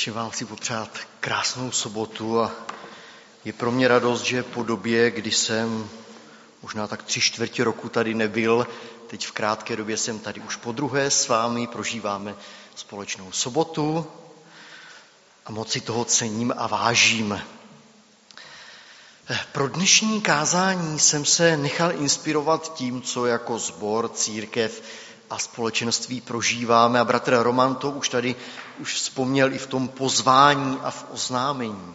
Všem vám chci popřát krásnou sobotu a je pro mě radost, že po době, kdy jsem možná tak 3/4 roku tady nebyl, teď v krátké době jsem tady už podruhé s vámi, prožíváme společnou sobotu a moc si toho cením a vážím. Pro dnešní kázání jsem se nechal inspirovat tím, co jako sbor, církev a společenství prožíváme. A bratr Roman to už tady vzpomněl i v tom pozvání a v oznámení.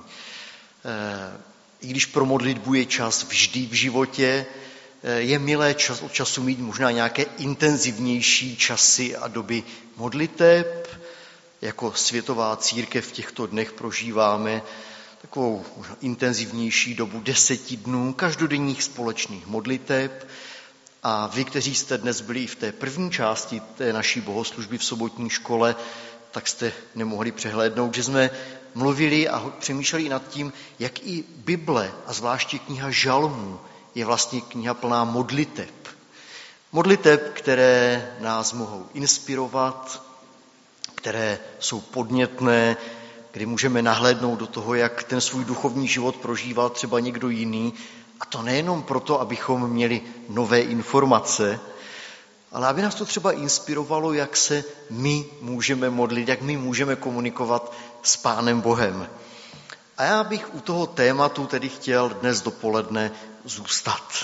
I když pro modlitbu je čas vždy v životě, je milé čas od času mít možná nějaké intenzivnější časy a doby modliteb. Jako světová církev v těchto dnech prožíváme takovou možná intenzivnější dobu 10 dnů každodenních společných modliteb. A vy, kteří jste dnes byli v té první části té naší bohoslužby v sobotní škole, tak jste nemohli přehlédnout, že jsme mluvili a přemýšleli nad tím, jak i Bible a zvláště kniha Žalmů je vlastně kniha plná modliteb. Modliteb, které nás mohou inspirovat, které jsou podnětné, kdy můžeme nahlédnout do toho, jak ten svůj duchovní život prožíval třeba někdo jiný. A to nejenom proto, abychom měli nové informace, ale aby nás to třeba inspirovalo, jak se my můžeme modlit, jak my můžeme komunikovat s Pánem Bohem. A já bych u toho tématu tedy chtěl dnes dopoledne zůstat.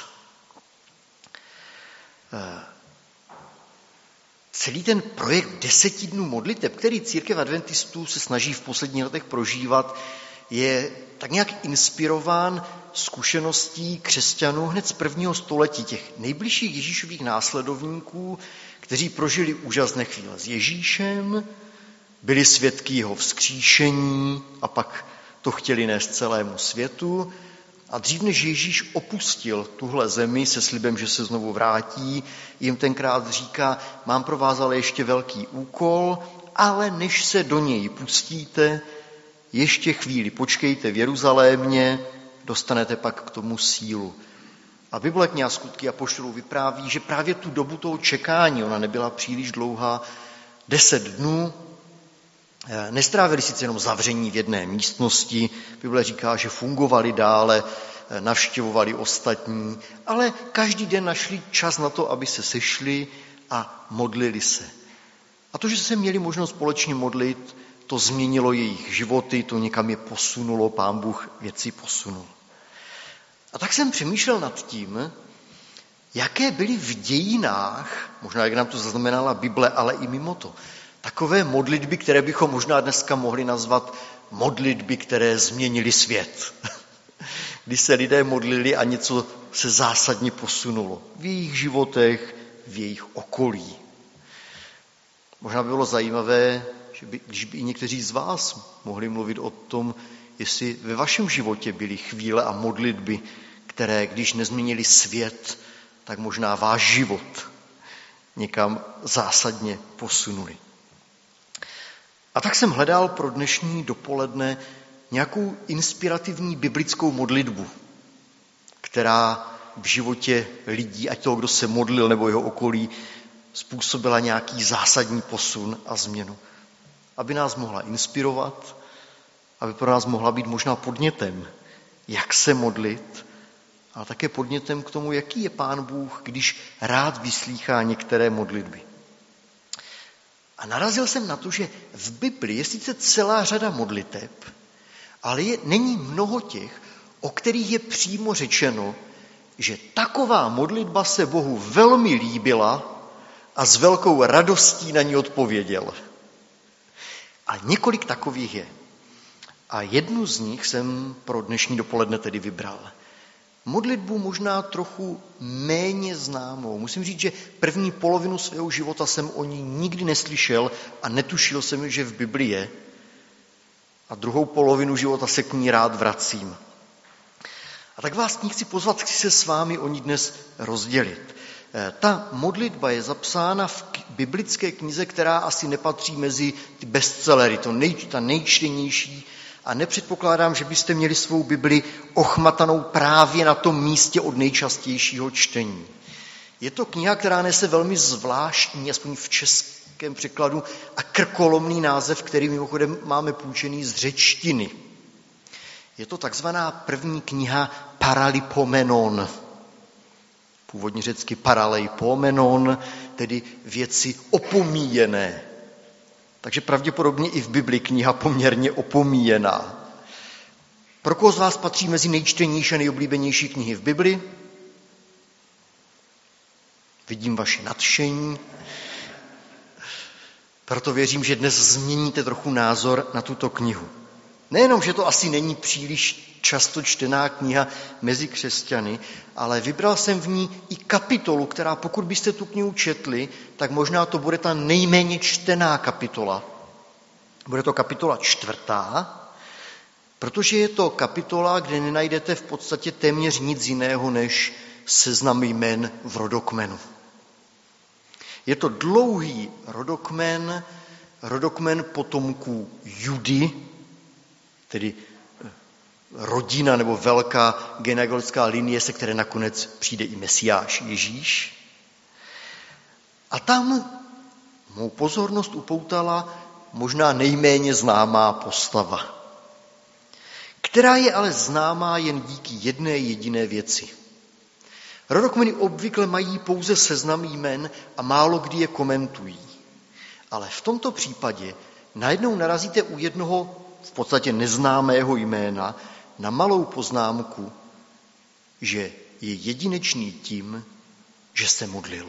Celý ten projekt 10 dnů modliteb, který církev adventistů se snaží v posledních letech prožívat, je tak nějak inspirován zkušeností křesťanů hned z prvního století, těch nejbližších Ježíšových následovníků, kteří prožili úžasné chvíle s Ježíšem, byli svědky jeho vzkříšení a pak to chtěli nést celému světu. A dřív než Ježíš opustil tuhle zemi se slibem, že se znovu vrátí, jim tenkrát říká, mám pro vás ale ještě velký úkol, ale než se do něj pustíte, ještě chvíli počkejte v Jeruzalémě, dostanete pak k tomu sílu. A Bible, kniha Skutky apoštolů vypráví, že právě tu dobu toho čekání, ona nebyla příliš dlouhá, 10 dnů, nestrávili sice jenom zavření v jedné místnosti, Bible říká, že fungovali dále, navštěvovali ostatní, ale každý den našli čas na to, aby se sešli a modlili se. A to, že se měli možnost společně modlit, to změnilo jejich životy, to někam je posunulo, Pán Bůh věci posunul. A tak jsem přemýšlel nad tím, jaké byly v dějinách, možná jak nám to zaznamenala Bible, ale i mimo to, takové modlitby, které bychom možná dneska mohli nazvat modlitby, které změnily svět. Kdy se lidé modlili a něco se zásadně posunulo v jejich životech, v jejich okolí. Možná by bylo zajímavé, když by i někteří z vás mohli mluvit o tom, jestli ve vašem životě byly chvíle a modlitby, které, když nezměnili svět, tak možná váš život někam zásadně posunuli. A tak jsem hledal pro dnešní dopoledne nějakou inspirativní biblickou modlitbu, která v životě lidí, ať toho, kdo se modlil, nebo jeho okolí, způsobila nějaký zásadní posun a změnu. Aby nás mohla inspirovat, aby pro nás mohla být možná podnětem, jak se modlit, ale také podnětem k tomu, jaký je Pán Bůh, když rád vyslýchá některé modlitby. A narazil jsem na to, že v Bibli je sice celá řada modliteb, ale není mnoho těch, o kterých je přímo řečeno, že taková modlitba se Bohu velmi líbila a s velkou radostí na ní odpověděl. A několik takových je. A jednu z nich jsem pro dnešní dopoledne tedy vybral. Modlitbu možná trochu méně známou. Musím říct, že první polovinu svého života jsem o ní nikdy neslyšel a netušil jsem, že v Bibli je. A druhou polovinu života se k ní rád vracím. A tak vás chci pozvat, chci se s vámi o ní dnes rozdělit. Ta modlitba je zapsána v biblické knize, která asi nepatří mezi ty bestsellery, ta nejčtenější. A nepředpokládám, že byste měli svou Bibli ochmatanou právě na tom místě od nejčastějšího čtení. Je to kniha, která nese velmi zvláštní, aspoň v českém překladu a krkolomný název, který mimochodem máme půjčený z řečtiny. Je to takzvaná první kniha Paralipomenon. Původně řecky Paralejpomenon, tedy věci opomíjené. Takže pravděpodobně i v Bibli kniha poměrně opomíjená. Pro koho z vás patří mezi nejčtenější a nejoblíbenější knihy v Bibli? Vidím vaše nadšení. Proto věřím, že dnes změníte trochu názor na tuto knihu. Nejenom, že to asi není příliš často čtená kniha mezi křesťany, ale vybral jsem v ní i kapitolu, která pokud byste tu knihu četli, tak možná to bude ta nejméně čtená kapitola. Bude to kapitola 4, protože je to kapitola, kde nenajdete v podstatě téměř nic jiného než seznam jmen v rodokmenu. Je to dlouhý rodokmen potomků Judy, tedy rodina nebo velká genealogická linie, se které nakonec přijde i Mesiáš Ježíš. A tam mou pozornost upoutala možná nejméně známá postava, která je ale známá jen díky jedné jediné věci. Rodokmeny obvykle mají pouze seznam jmen a málo kdy je komentují. Ale v tomto případě najednou narazíte u jednoho v podstatě neznámého jména na malou poznámku, že je jedinečný tím, že se modlil.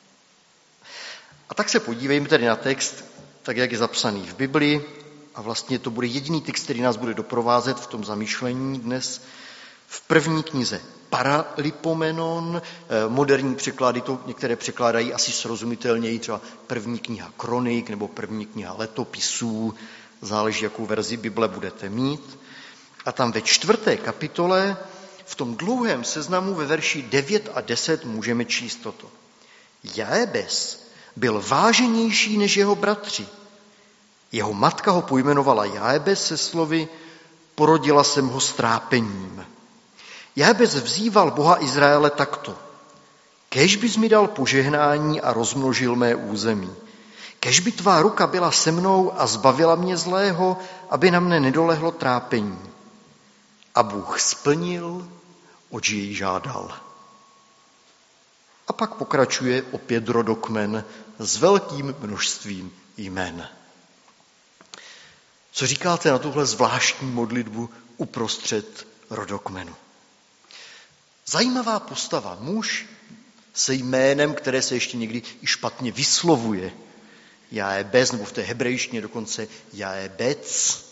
A tak se podívejme tedy na text, tak jak je zapsaný v Biblii, a vlastně to bude jediný text, který nás bude doprovázet v tom zamýšlení dnes, v první knize Paralipomenon, moderní překlady to některé překládají asi srozumitelněji, třeba první kniha Kronik nebo první kniha Letopisů, záleží, jakou verzi Bible budete mít. A tam ve 4. kapitole, v tom dlouhém seznamu ve verši 9 a 10 můžeme číst toto. Jaebes byl váženější než jeho bratři. Jeho matka ho pojmenovala Jaebes se slovy porodila jsem ho s trápením. Jaebes vzýval Boha Izraele takto. Kéž bys mi dal požehnání a rozmnožil mé území. Kéž by tvá ruka byla se mnou a zbavila mě zlého, aby na mne nedolehlo trápení. A Bůh splnil, oč jej žádal. A pak pokračuje opět rodokmen s velkým množstvím jmen. Co říkáte na tuhle zvláštní modlitbu uprostřed rodokmenu? Zajímavá postava, muž se jménem, které se ještě někdy i špatně vyslovuje. Jaebes, nebo v té hebrejštině dokonce Jaebec.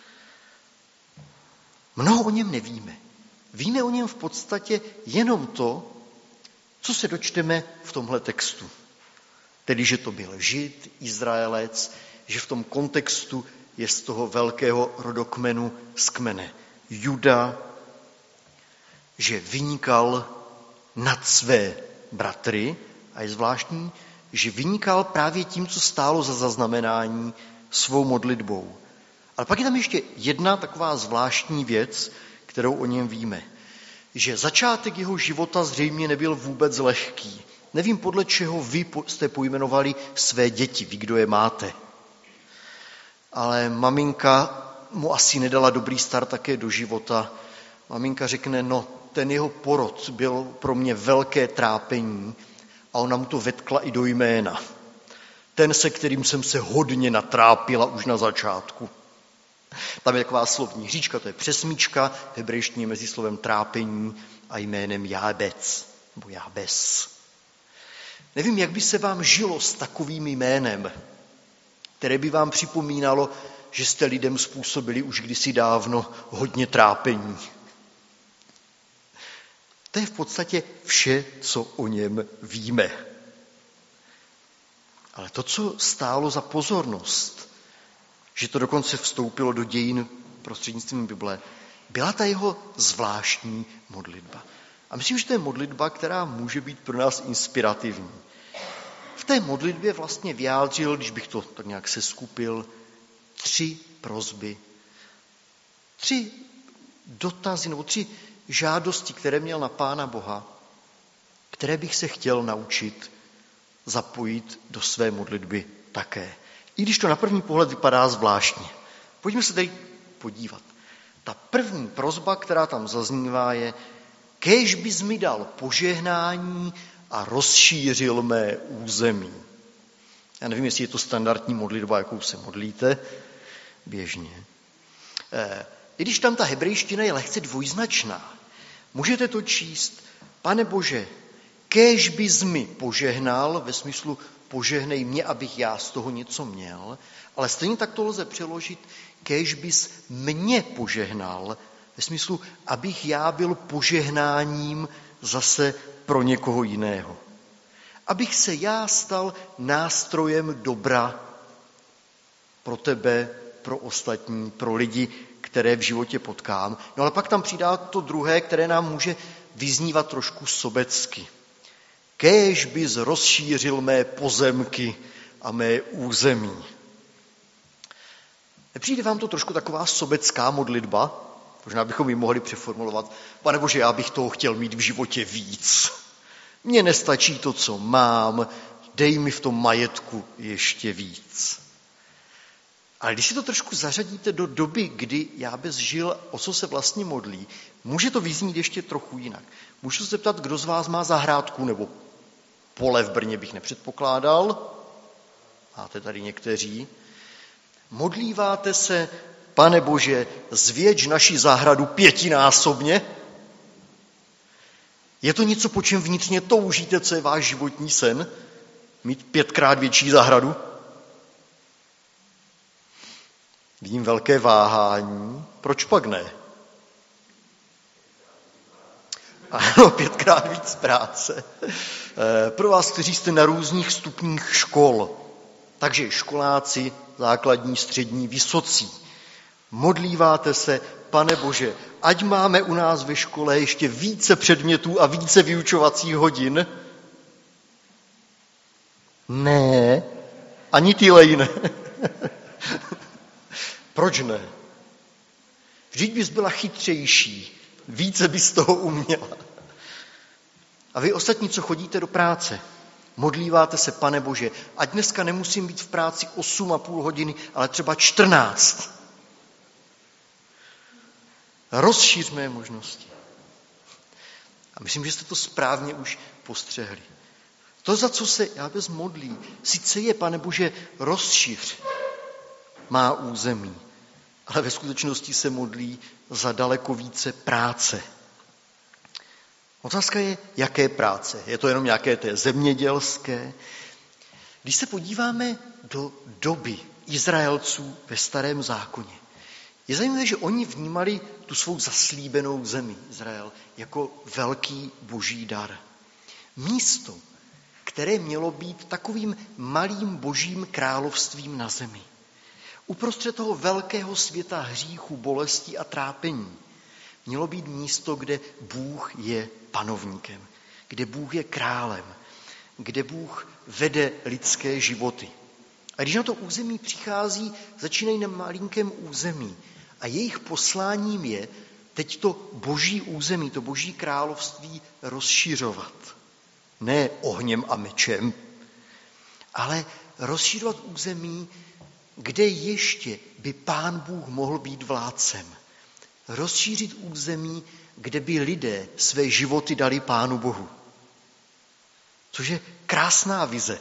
Mnoho o něm nevíme. Víme o něm v podstatě jenom to, co se dočteme v tomhle textu. Tedy, že to byl Žid, Izraelec, že v tom kontextu je z toho velkého rodokmenu z kmene Juda, že vynikal nad své bratry a je zvláštní, že vynikal právě tím, co stálo za zaznamenání svou modlitbou. Ale pak je tam ještě jedna taková zvláštní věc, kterou o něm víme. Že začátek jeho života zřejmě nebyl vůbec lehký. Nevím, podle čeho vy jste pojmenovali své děti, vy, kdo je máte. Ale maminka mu asi nedala dobrý start také do života. Maminka řekne, no, ten jeho porod byl pro mě velké trápení a ona mu to vetkla i do jména. Ten, se kterým jsem se hodně natrápila už na začátku. Tam je taková slovní hříčka, to je přesmíčka, v hebrejštině mezi slovem trápení a jménem Jabec, nebo Jabes. Nevím, jak by se vám žilo s takovým jménem, které by vám připomínalo, že jste lidem způsobili už kdysi dávno hodně trápení. To je v podstatě vše, co o něm víme. Ale to, co stálo za pozornost, že to dokonce vstoupilo do dějin prostřednictvím Bible, byla ta jeho zvláštní modlitba. A myslím, že to je modlitba, která může být pro nás inspirativní. V té modlitbě vlastně vyjádřil, když bych to tak nějak seskupil, 3 prosby, 3 dotazy nebo 3 žádosti, které měl na Pána Boha, které bych se chtěl naučit zapojit do své modlitby také. I když to na první pohled vypadá zvláštně. Pojďme se tady podívat. Ta první prosba, která tam zaznívá, je: kéž bys mi dal požehnání a rozšířil mé území. Já nevím, jestli je to standardní modlitba, jakou se modlíte běžně. I když tam ta hebrejština je lehce dvojznačná, můžete to číst: Pane Bože, kéž bys mi požehnal, ve smyslu požehnej mě, abych já z toho něco měl, ale stejně tak to lze přeložit: kéž bys mě požehnal, ve smyslu, abych já byl požehnáním zase pro někoho jiného. Abych se já stal nástrojem dobra pro tebe, pro ostatní, pro lidi, které v životě potkám. No ale pak tam přidá to druhé, které nám může vyznívat trošku sobecky. Kéž bys rozšířil mé pozemky a mé území. Nepřijde vám to trošku taková sobecká modlitba? Možná bychom ji mohli přeformulovat: Pane Bože, já bych toho chtěl mít v životě víc. Mně nestačí to, co mám, dej mi v tom majetku ještě víc. Ale když si to trošku zařadíte do doby, kdy Jábez žil, o co se vlastně modlí, může to vyznít ještě trochu jinak. Můžu se zeptat, kdo z vás má zahrádku nebo pole v Brně, bych nepředpokládal. Máte tady někteří. Modlíváte se: Pane Bože, zvětš naši zahradu 5násobně? Je to něco, po čem vnitřně toužíte, co je váš životní sen? Mít 5krát větší zahradu? Vidím velké váhání. Proč pak ne? Ano, 5krát víc práce. Pro vás, kteří jste na různých stupních škol, takže školáci, základní, střední, vysocí, modlíváte se: Pane Bože, ať máme u nás ve škole ještě více předmětů a více vyučovacích hodin? Ne, ani ty ne. Proč ne? Vždyť bys byla chytřejší, více bys toho uměla. A vy ostatní, co chodíte do práce, modlíváte se: Pane Bože, ať dneska nemusím být v práci 8,5 hodiny, ale třeba 14. Rozšíř mé možnosti. A myslím, že jste to správně už postřehli. To, za co se Jábez modlí, sice je: Pane Bože, rozšiř má území, ale ve skutečnosti se modlí za daleko více práce. Otázka je, jaké práce. Je to jenom nějaké té zemědělské? Když se podíváme do doby Izraelců ve Starém zákoně, je zajímavé, že oni vnímali tu svou zaslíbenou zemi, Izrael, jako velký boží dar. Místo, které mělo být takovým malým božím královstvím na zemi. Uprostřed toho velkého světa hříchu, bolesti a trápení mělo být místo, kde Bůh je panovníkem, kde Bůh je králem, kde Bůh vede lidské životy. A když na to území přichází, začínají na malinkém území. A jejich posláním je teď to boží území, to boží království rozšiřovat. Ne ohněm a mečem, ale rozšiřovat území, kde ještě by Pán Bůh mohl být vládcem. Rozšířit území, kde by lidé své životy dali Pánu Bohu. Což je krásná vize.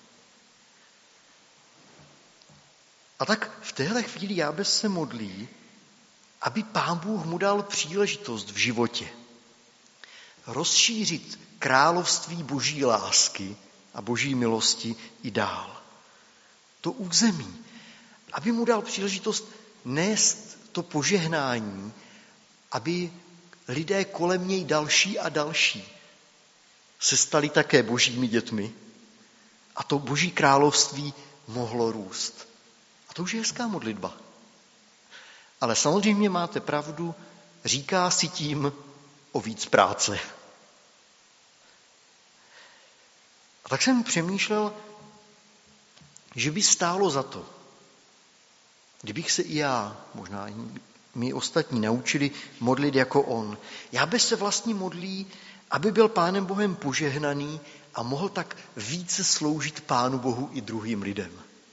A tak v téhle chvíli Jábez se modlí, aby Pán Bůh mu dal příležitost v životě rozšířit království boží lásky a boží milosti i dál. To území, aby mu dal příležitost nést to požehnání, aby lidé kolem něj další a další se stali také božími dětmi a to boží království mohlo růst. A to už je hezká modlitba. Ale samozřejmě máte pravdu, říká si tím o víc práce. A tak jsem přemýšlel, že by stálo za to, kdybych se i já, možná i my ostatní, naučili modlit jako on. Jábez se vlastně modlí, aby byl Pánem Bohem požehnaný a mohl tak více sloužit Pánu Bohu i druhým lidem.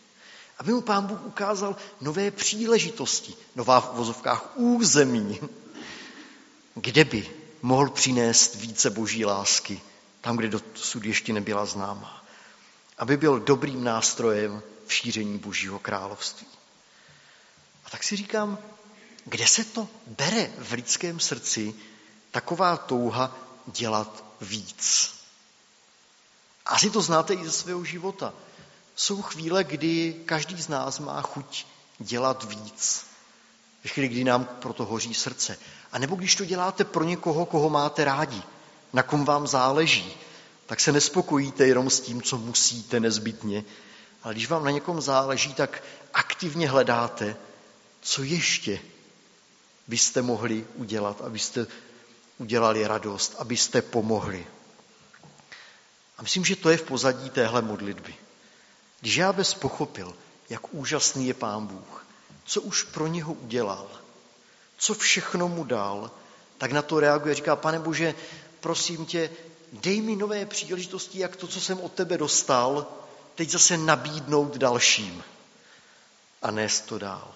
Aby mu Pán Bůh ukázal nové příležitosti, nová v uvozovkách území, kde by mohl přinést více boží lásky, tam, kde dosud ještě nebyla známá. Aby byl dobrým nástrojem v šíření Božího království. A tak si říkám, kde se to bere v lidském srdci taková touha dělat víc. Asi to znáte i ze svého života. Jsou chvíle, kdy každý z nás má chuť dělat víc. Ve chvíli, kdy nám proto hoří srdce. A nebo když to děláte pro někoho, koho máte rádi, na kom vám záleží, tak se nespokojíte jenom s tím, co musíte nezbytně. Ale když vám na někom záleží, tak aktivně hledáte, co ještě byste mohli udělat, abyste udělali radost, abyste pomohli. A myslím, že to je v pozadí téhle modlitby. Když Jábez pochopil, jak úžasný je Pán Bůh, co už pro něho udělal, co všechno mu dal, tak na to reaguje a říká, Pane Bože, prosím tě, dej mi nové příležitosti, jak to, co jsem od tebe dostal, teď zase nabídnout dalším a nést to dál.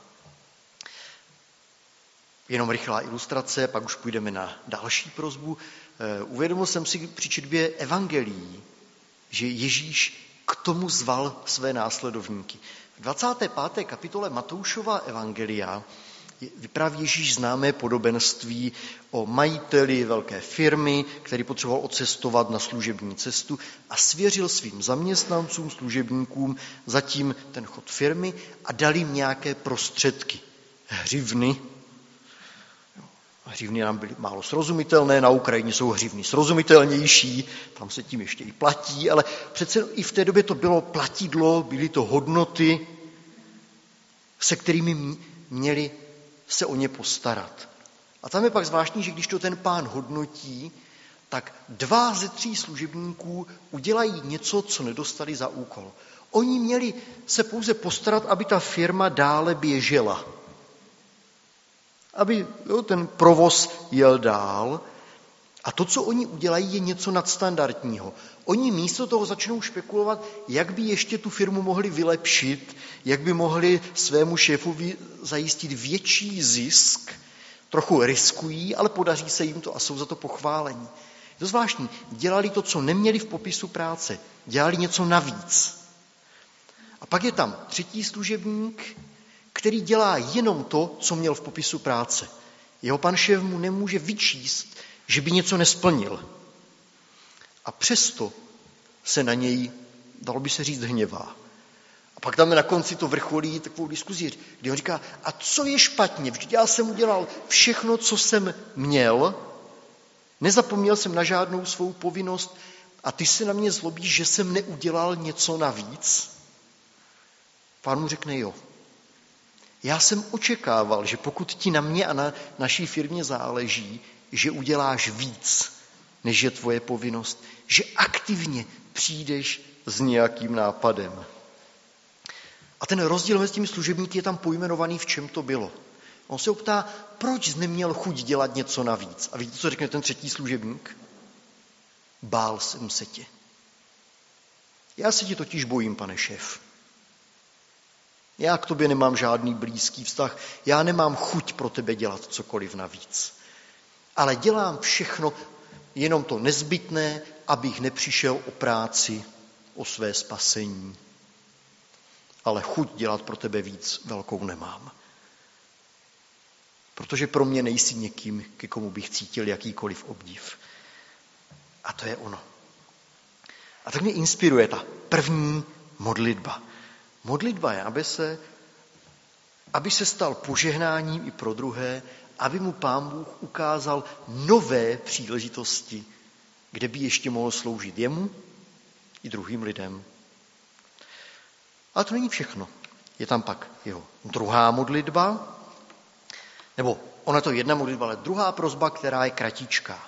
Jenom rychlá ilustrace, pak už půjdeme na další prosbu. Uvědomil jsem si při četbě evangelií, že Ježíš k tomu zval své následovníky. V 25. kapitole Matoušova evangelia vypráví Ježíš známé podobenství o majiteli velké firmy, který potřeboval odcestovat na služební cestu a svěřil svým zaměstnancům, služebníkům zatím ten chod firmy a dal jim nějaké prostředky. Hřivny. Hřivny nám byly málo srozumitelné, na Ukrajině jsou hřivny srozumitelnější, tam se tím ještě i platí, ale přece i v té době to bylo platidlo, byly to hodnoty, se kterými měli se o ně postarat. A tam je pak zvláštní, že když to ten pán hodnotí, tak 2 ze 3 služebníků udělají něco, co nedostali za úkol. Oni měli se pouze postarat, aby ta firma dále běžela. Aby ten provoz jel dál. A to, co oni udělají, je něco nadstandardního. Oni místo toho začnou špekulovat, jak by ještě tu firmu mohli vylepšit, jak by mohli svému šéfovi zajistit větší zisk. Trochu riskují, ale podaří se jim to a jsou za to pochválení. Je to zvláštní. Dělali to, co neměli v popisu práce. Dělali něco navíc. A pak je tam 3. služebník, který dělá jenom to, co měl v popisu práce. Jeho pan šéf mu nemůže vyčíst, že by něco nesplnil. A přesto se na něj, dalo by se říct, hněvá. A pak tam na konci to vrcholí takovou diskuzi, kdy on říká, a co je špatně? Vždyť já jsem udělal všechno, co jsem měl, nezapomněl jsem na žádnou svou povinnost a ty se na mě zlobíš, že jsem neudělal něco navíc? Pán mu řekne, jo. Já jsem očekával, že pokud ti na mě a na naší firmě záleží, že uděláš víc, než je tvoje povinnost, že aktivně přijdeš s nějakým nápadem. A ten rozdíl mezi těmi služebníky je tam pojmenovaný, v čem to bylo. On se optá, proč jsi neměl chuť dělat něco navíc? A víte, co řekne ten 3. služebník? Bál jsem se tě. Já se tě totiž bojím, pane šéf. Já k tobě nemám žádný blízký vztah, já nemám chuť pro tebe dělat cokoliv navíc. Ale dělám všechno, jenom to nezbytné, abych nepřišel o práci, o své spasení. Ale chuť dělat pro tebe víc velkou nemám. Protože pro mě nejsi někým, ke komu bych cítil jakýkoliv obdiv. A to je ono. A tak mě inspiruje ta první modlitba. Modlitba je, aby se stal požehnáním i pro druhé, aby mu Pán Bůh ukázal nové příležitosti, kde by ještě mohl sloužit jemu i druhým lidem. Ale to není všechno. Je tam pak jeho druhá modlitba, nebo ona to je jedna modlitba, ale druhá prosba, která je kratičká.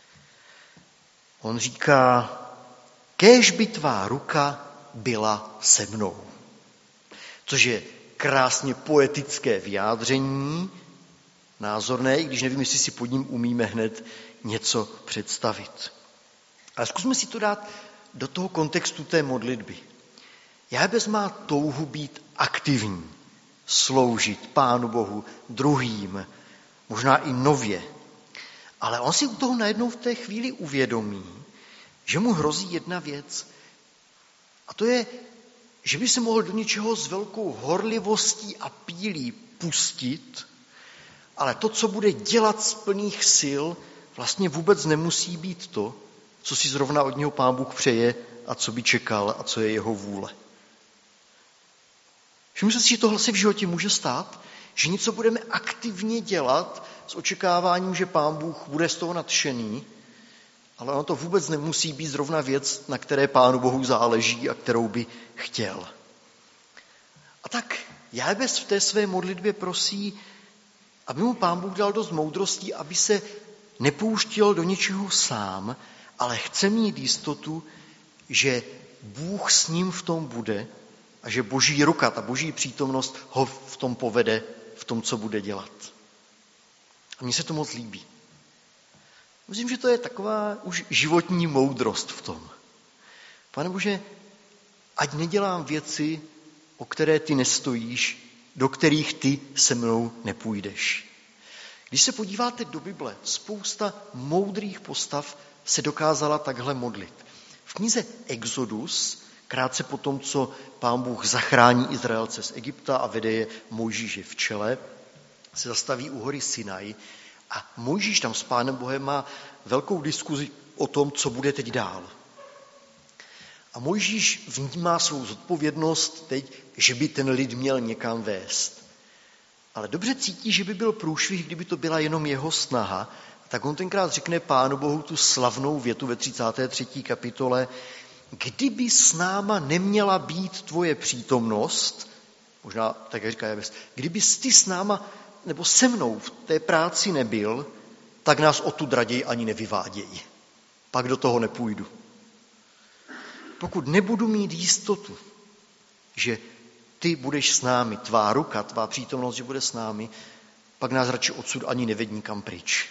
On říká, kéž by tvá ruka byla se mnou. Což je krásně poetické vyjádření, názorné, i když nevím, jestli si pod ním umíme hned něco představit. Ale zkusme si to dát do toho kontextu té modlitby. Jábez má touhu být aktivní, sloužit Pánu Bohu, druhým, možná i nově. Ale on si u toho najednou v té chvíli uvědomí, že mu hrozí jedna věc. A to je, že by se mohl do něčeho s velkou horlivostí a pílí pustit, ale to, co bude dělat z plných sil, vlastně vůbec nemusí být to, co si zrovna od něho Pán Bůh přeje a co by čekal a co je jeho vůle. Všimněte si, že tohle se v životě může stát, že něco budeme aktivně dělat s očekáváním, že Pán Bůh bude z toho nadšený, ale ono to vůbec nemusí být zrovna věc, na které Pánu Bohu záleží a kterou by chtěl. A tak Jábez v té své modlitbě prosí, aby mu Pán Bůh dal dost moudrosti, aby se nepouštěl do něčeho sám, ale chce mít jistotu, že Bůh s ním v tom bude a že Boží ruka, ta Boží přítomnost ho v tom povede, v tom, co bude dělat. A mně se to moc líbí. Myslím, že to je taková už životní moudrost v tom. Pane Bože, ať nedělám věci, o které ty nestojíš, do kterých ty se mnou nepůjdeš. Když se podíváte do Bible, spousta moudrých postav se dokázala takhle modlit. V knize Exodus, krátce po tom, co Pán Bůh zachrání Izraelce z Egypta a vede je Mojžíše v čele, se zastaví u hory Sinaj a Mojžíš tam s Pánem Bohem má velkou diskuzi o tom, co bude teď dál. A Mojžíš vnímá svou zodpovědnost teď, že by ten lid měl někam vést. Ale dobře cítí, že by byl průšvih, kdyby to byla jenom jeho snaha, tak on tenkrát řekne Pánu Bohu tu slavnou větu ve 33. kapitole: kdyby s náma neměla být tvoje přítomnost, možná tak, jak říká Jábez, kdyby ty s náma nebo se mnou v té práci nebyl, tak nás odtud raději ani nevyvádějí. Pak do toho nepůjdu. Pokud nebudu mít jistotu, že ty budeš s námi, tvá ruka, tvá přítomnost, že bude s námi, pak nás radši odsud ani neved nikam pryč.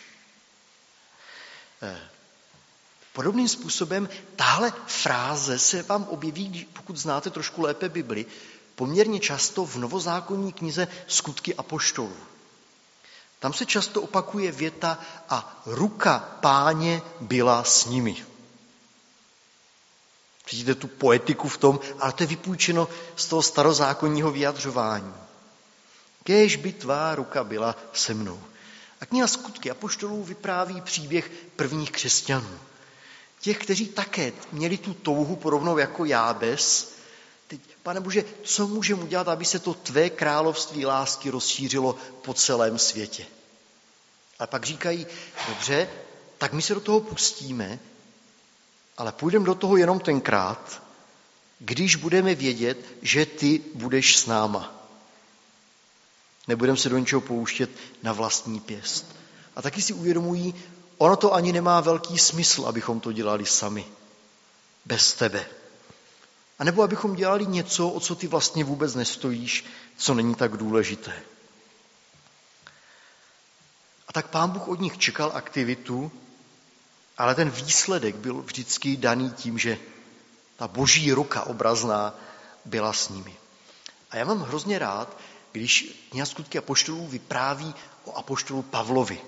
Podobným způsobem tahle fráze se vám objeví, pokud znáte trošku lépe Bibli, poměrně často v novozákonní knize Skutky apoštolů. Tam se často opakuje věta a ruka Páně byla s nimi. Vidíte tu poetiku v tom, ale to je vypůjčeno z toho starozákonního vyjadřování. Kéž by tvá ruka byla se mnou. A kniha Skutky apoštolů vypráví příběh prvních křesťanů. Těch, kteří také měli tu touhu podobnou jako Jábez. Teď, Pane Bože, co můžeme udělat, aby se to tvé království lásky rozšířilo po celém světě? A pak říkají, dobře, tak my se do toho pustíme, ale půjdeme do toho jenom tenkrát, když budeme vědět, že ty budeš s náma. Nebudeme se do něčeho pouštět na vlastní pěst. A taky si uvědomují, ono to ani nemá velký smysl, abychom to dělali sami, bez tebe. A nebo abychom dělali něco, o co ty vlastně vůbec nestojíš, co není tak důležité. A tak Pán Bůh od nich čekal aktivitu, ale ten výsledek byl vždycky daný tím, že ta Boží ruka obrazná byla s nimi. A já mám hrozně rád, když kniha Skutky apoštolů vypráví o apoštolu Pavlovi.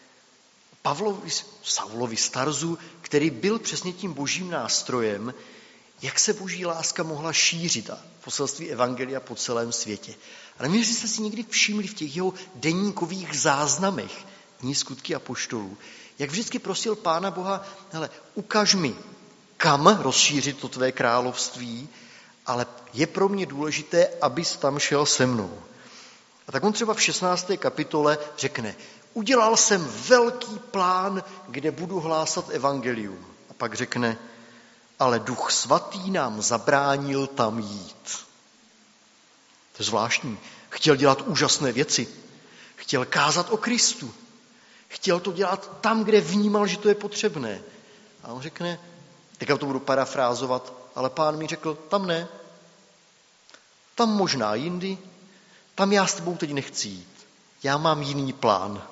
Saulovi z Tarzu, který byl přesně tím božím nástrojem, jak se boží láska mohla šířit a poselství evangelia po celém světě. Ale my jste si někdy všimli v těch jeho deníkových záznamech knihy Skutky apoštolů, jak vždycky prosil Pána Boha, hele, ukaž mi, kam rozšířit to tvé království, ale je pro mě důležité, abys tam šel se mnou. A tak on třeba v 16. kapitole řekne, udělal jsem velký plán, kde budu hlásat evangelium. A pak řekne, ale Duch Svatý nám zabránil tam jít. To je zvláštní. Chtěl dělat úžasné věci. Chtěl kázat o Kristu. Chtěl to dělat tam, kde vnímal, že to je potřebné. A on řekne, teďka to budu parafrázovat, ale Pán mi řekl, tam ne. Tam možná jindy, tam já s tebou teď nechci jít. Já mám jiný plán.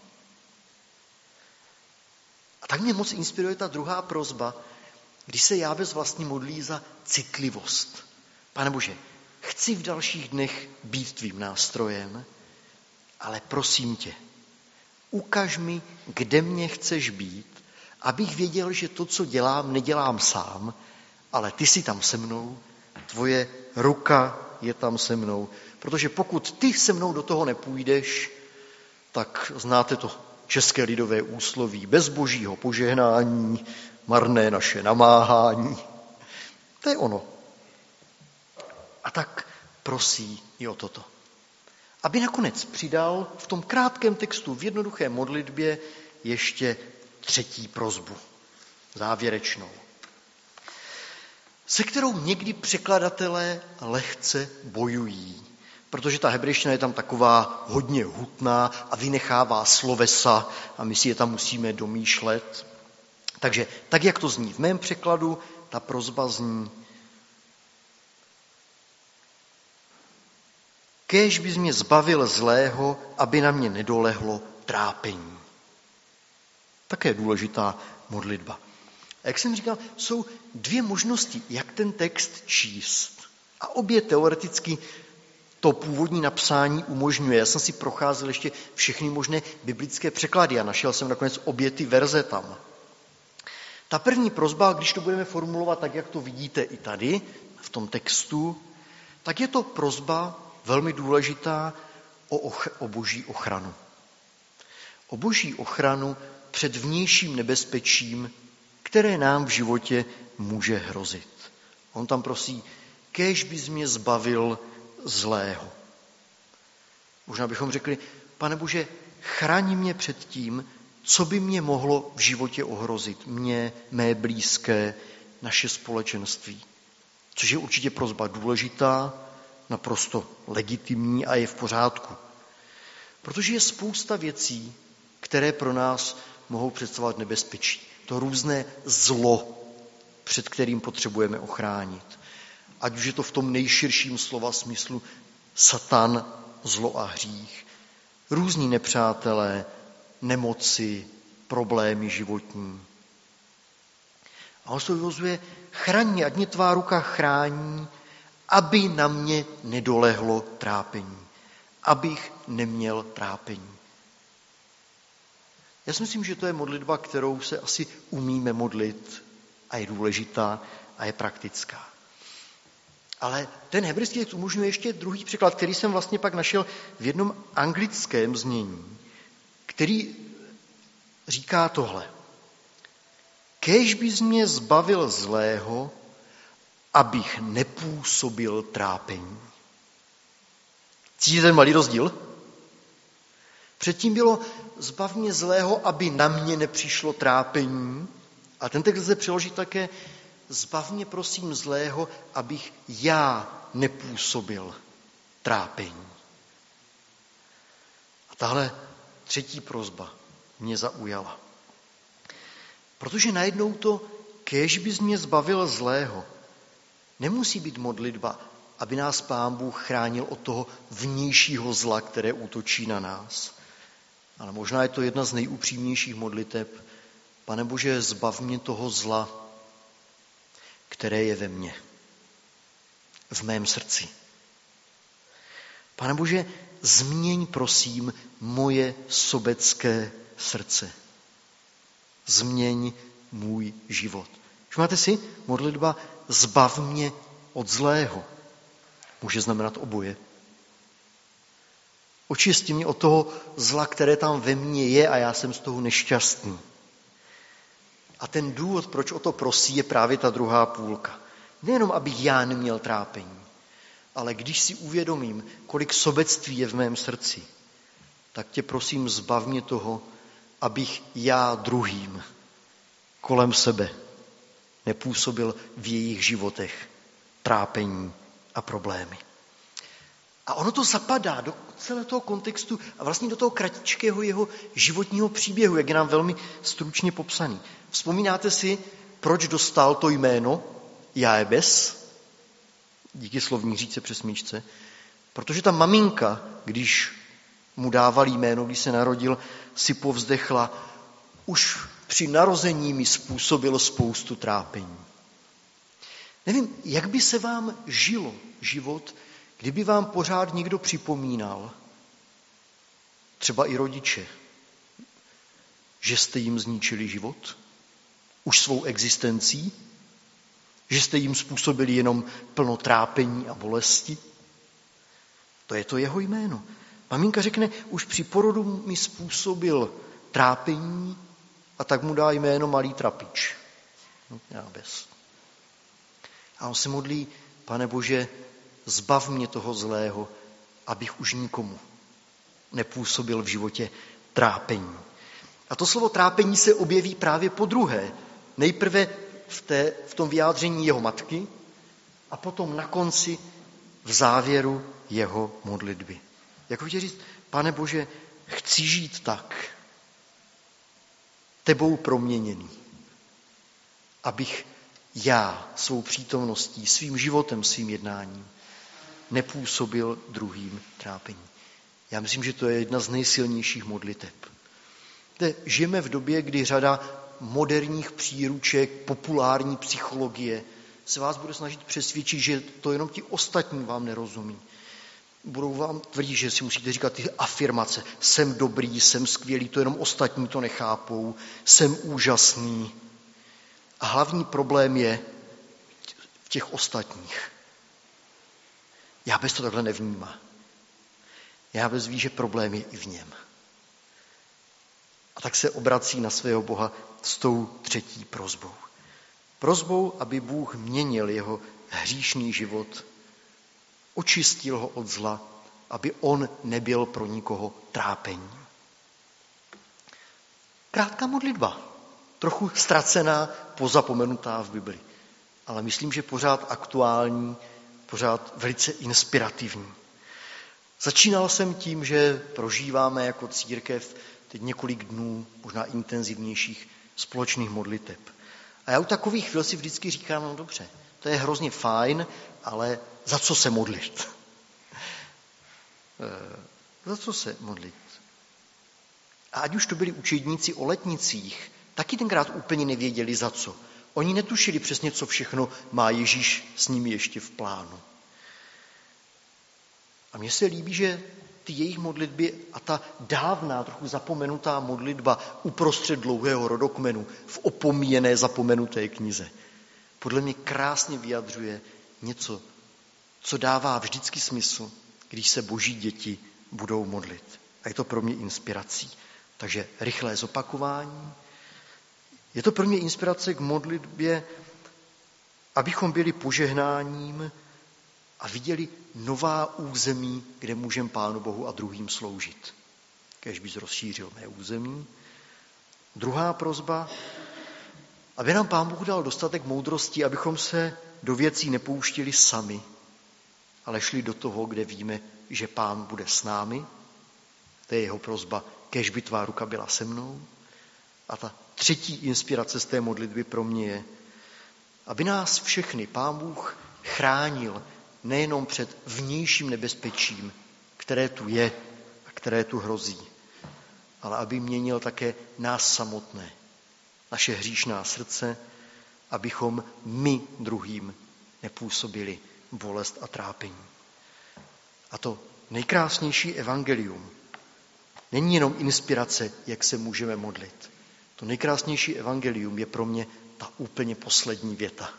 A tak mě moc inspiruje ta druhá prosba, když se Jábez vlastně modlí za citlivost, Pane Bože, chci v dalších dnech být tvým nástrojem, ale prosím tě, ukaž mi, kde mě chceš být, abych věděl, že to, co dělám, nedělám sám, ale ty jsi tam se mnou, tvoje ruka je tam se mnou. Protože pokud ty se mnou do toho nepůjdeš, tak znáte to české lidové úsloví, bez božího požehnání, marné naše namáhání. To je ono. A tak prosí i o toto. Aby nakonec přidal v tom krátkém textu, v jednoduché modlitbě, ještě třetí prosbu, závěrečnou, se kterou někdy překladatelé lehce bojují, protože ta hebrejština je tam taková hodně hutná a vynechává slovesa a my si je tam musíme domýšlet. Takže tak, jak to zní v mém překladu, ta prosba zní: Kéž bys mě zbavil zlého, aby na mě nedolehlo trápení. Také důležitá modlitba. A jak jsem říkal, jsou dvě možnosti, jak ten text číst. A obě teoreticky to původní napsání umožňuje. Já jsem si procházel ještě všechny možné biblické překlady a našel jsem nakonec obě ty verze tam. Ta první prosba, když to budeme formulovat tak, jak to vidíte i tady, v tom textu, tak je to prosba velmi důležitá o boží ochranu. O boží ochranu před vnějším nebezpečím, které nám v životě může hrozit. On tam prosí: kéž bys mě zbavil zlého. Možná bychom řekli: Pane Bože, chraň mě před tím, co by mě mohlo v životě ohrozit. Mě, mé blízké, naše společenství. Což je určitě prosba důležitá, naprosto legitimní a je v pořádku. Protože je spousta věcí, které pro nás mohou představovat nebezpečí. To různé zlo, před kterým potřebujeme ochránit. Ať už je to v tom nejširším slova smyslu Satan, zlo a hřích, různí nepřátelé, nemoci, problémy životní. A on se vyvozuje: chraň mě, ať mě tvá ruka chrání, aby na mě nedolehlo trápení. Abych neměl trápení. Já si myslím, že to je modlitba, kterou se asi umíme modlit a je důležitá a je praktická. Ale ten hebrejský text umožňuje ještě druhý překlad, který jsem vlastně pak našel v jednom anglickém znění, který říká tohle: Kéž bys mě zbavil zlého, abych nepůsobil trápení. Cítíte ten malý rozdíl? Předtím bylo: zbav mě zlého, aby na mě nepřišlo trápení. A ten text lze přeložit také: zbav mě prosím zlého, abych já nepůsobil trápení. A tahle třetí prosba mě zaujala. Protože najednou to kéž bys mě zbavil zlého nemusí být modlitba, aby nás Pán Bůh chránil od toho vnějšího zla, které útočí na nás. Ale možná je to jedna z nejupřímnějších modliteb: Pane Bože, zbav mě toho zla, které je ve mně, v mém srdci. Pane Bože, změň prosím moje sobecké srdce. Změň můj život. Všimnáte si, modlitba zbav mě od zlého může znamenat oboje. Očisti mě od toho zla, které tam ve mně je a já jsem z toho nešťastný. A ten důvod, proč o to prosí, je právě ta druhá půlka. Nejenom, abych já neměl trápení, ale když si uvědomím, kolik sobectví je v mém srdci, tak tě prosím, zbav mě toho, abych já druhým kolem sebe nepůsobil v jejich životech trápení a problémy. A ono to zapadá do celého toho kontextu a vlastně do toho kratičkého jeho životního příběhu, jak je nám velmi stručně popsaný. Vzpomínáte si, proč dostal to jméno Jaebes? Díky slovní říce přesmíčce. Protože ta maminka, když mu dával jméno, když se narodil, si povzdechla: už při narození mi způsobil spoustu trápení. Nevím, jak by se vám žilo život, kdyby vám pořád někdo připomínal, třeba i rodiče, že jste jim zničili život, už svou existencí, že jste jim způsobili jenom plno trápení a bolesti. To je to jeho jméno. Maminka řekne, už při porodu mi způsobil trápení a tak mu dá jméno Malý trapič. Já bez. A on se modlí, Pane Bože, zbav mě toho zlého, abych už nikomu nepůsobil v životě trápení. A to slovo trápení se objeví právě podruhé. Nejprve v tom vyjádření jeho matky a potom na konci v závěru jeho modlitby. Jako chtěl říct, Pane Bože, chci žít tak, tebou proměněný, abych já svou přítomností, svým životem, svým jednáním nepůsobil druhým trápení. Já myslím, že to je jedna z nejsilnějších modliteb. Žijeme v době, kdy řada moderních příruček, populární psychologie se vás bude snažit přesvědčit, že to jenom ti ostatní vám nerozumí. Budou vám tvrdit, že si musíte říkat ty afirmace. Jsem dobrý, jsem skvělý, to jenom ostatní to nechápou. Jsem úžasný. A hlavní problém je v těch ostatních. Jábez to takhle nevnímá. Jábez ví, že problém je i v něm. A tak se obrací na svého Boha s tou třetí prosbou. Prosbou, aby Bůh měnil jeho hříšný život, očistil ho od zla, aby on nebyl pro nikoho trápení. Krátká modlitba, trochu ztracená, pozapomenutá v Bibli, ale myslím, že pořád aktuální, pořád velice inspirativní. Začínal jsem tím, že prožíváme jako církev teď několik dnů, možná intenzivnějších společných modliteb. A já u takových chvíl si vždycky říkám, no dobře, to je hrozně fajn, ale za co se modlit? Za co se modlit? A ať už to byli učedníci o letnicích, taky tenkrát úplně nevěděli za co. Oni netušili přesně, co všechno má Ježíš s nimi ještě v plánu. A mně se líbí, že ty jejich modlitby a ta dávná, trochu zapomenutá modlitba uprostřed dlouhého rodokmenu v opomíjené, zapomenuté knize podle mě krásně vyjadřuje něco, co dává vždycky smysl, když se boží děti budou modlit. A je to pro mě inspirací. Takže rychlé zopakování. Je to pro mě inspirace k modlitbě, abychom byli požehnáním a viděli nová území, kde můžeme Pánu Bohu a druhým sloužit. Kéž bys rozšířil mé území. Druhá prosba, aby nám Pán Bůh dal dostatek moudrosti, abychom se do věcí nepouštili sami, ale šli do toho, kde víme, že Pán bude s námi. To je jeho prosba, kéž by tvá ruka byla se mnou. A ta třetí inspirace z té modlitby pro mě je, aby nás všechny Pán Bůh chránil nejenom před vnějším nebezpečím, které tu je a které tu hrozí, ale aby měnil také nás samotné, naše hříšná srdce, abychom my druhým nepůsobili bolest a trápení. A to nejkrásnější evangelium není jenom inspirace, jak se můžeme modlit. To nejkrásnější evangelium je pro mě ta úplně poslední věta.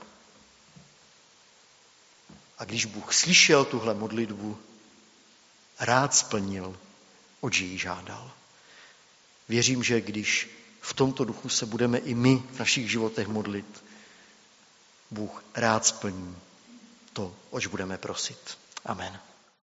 A když Bůh slyšel tuhle modlitbu, rád splnil, oč jej žádal. Věřím, že když v tomto duchu se budeme i my v našich životech modlit, Bůh rád splní to, oč budeme prosit. Amen.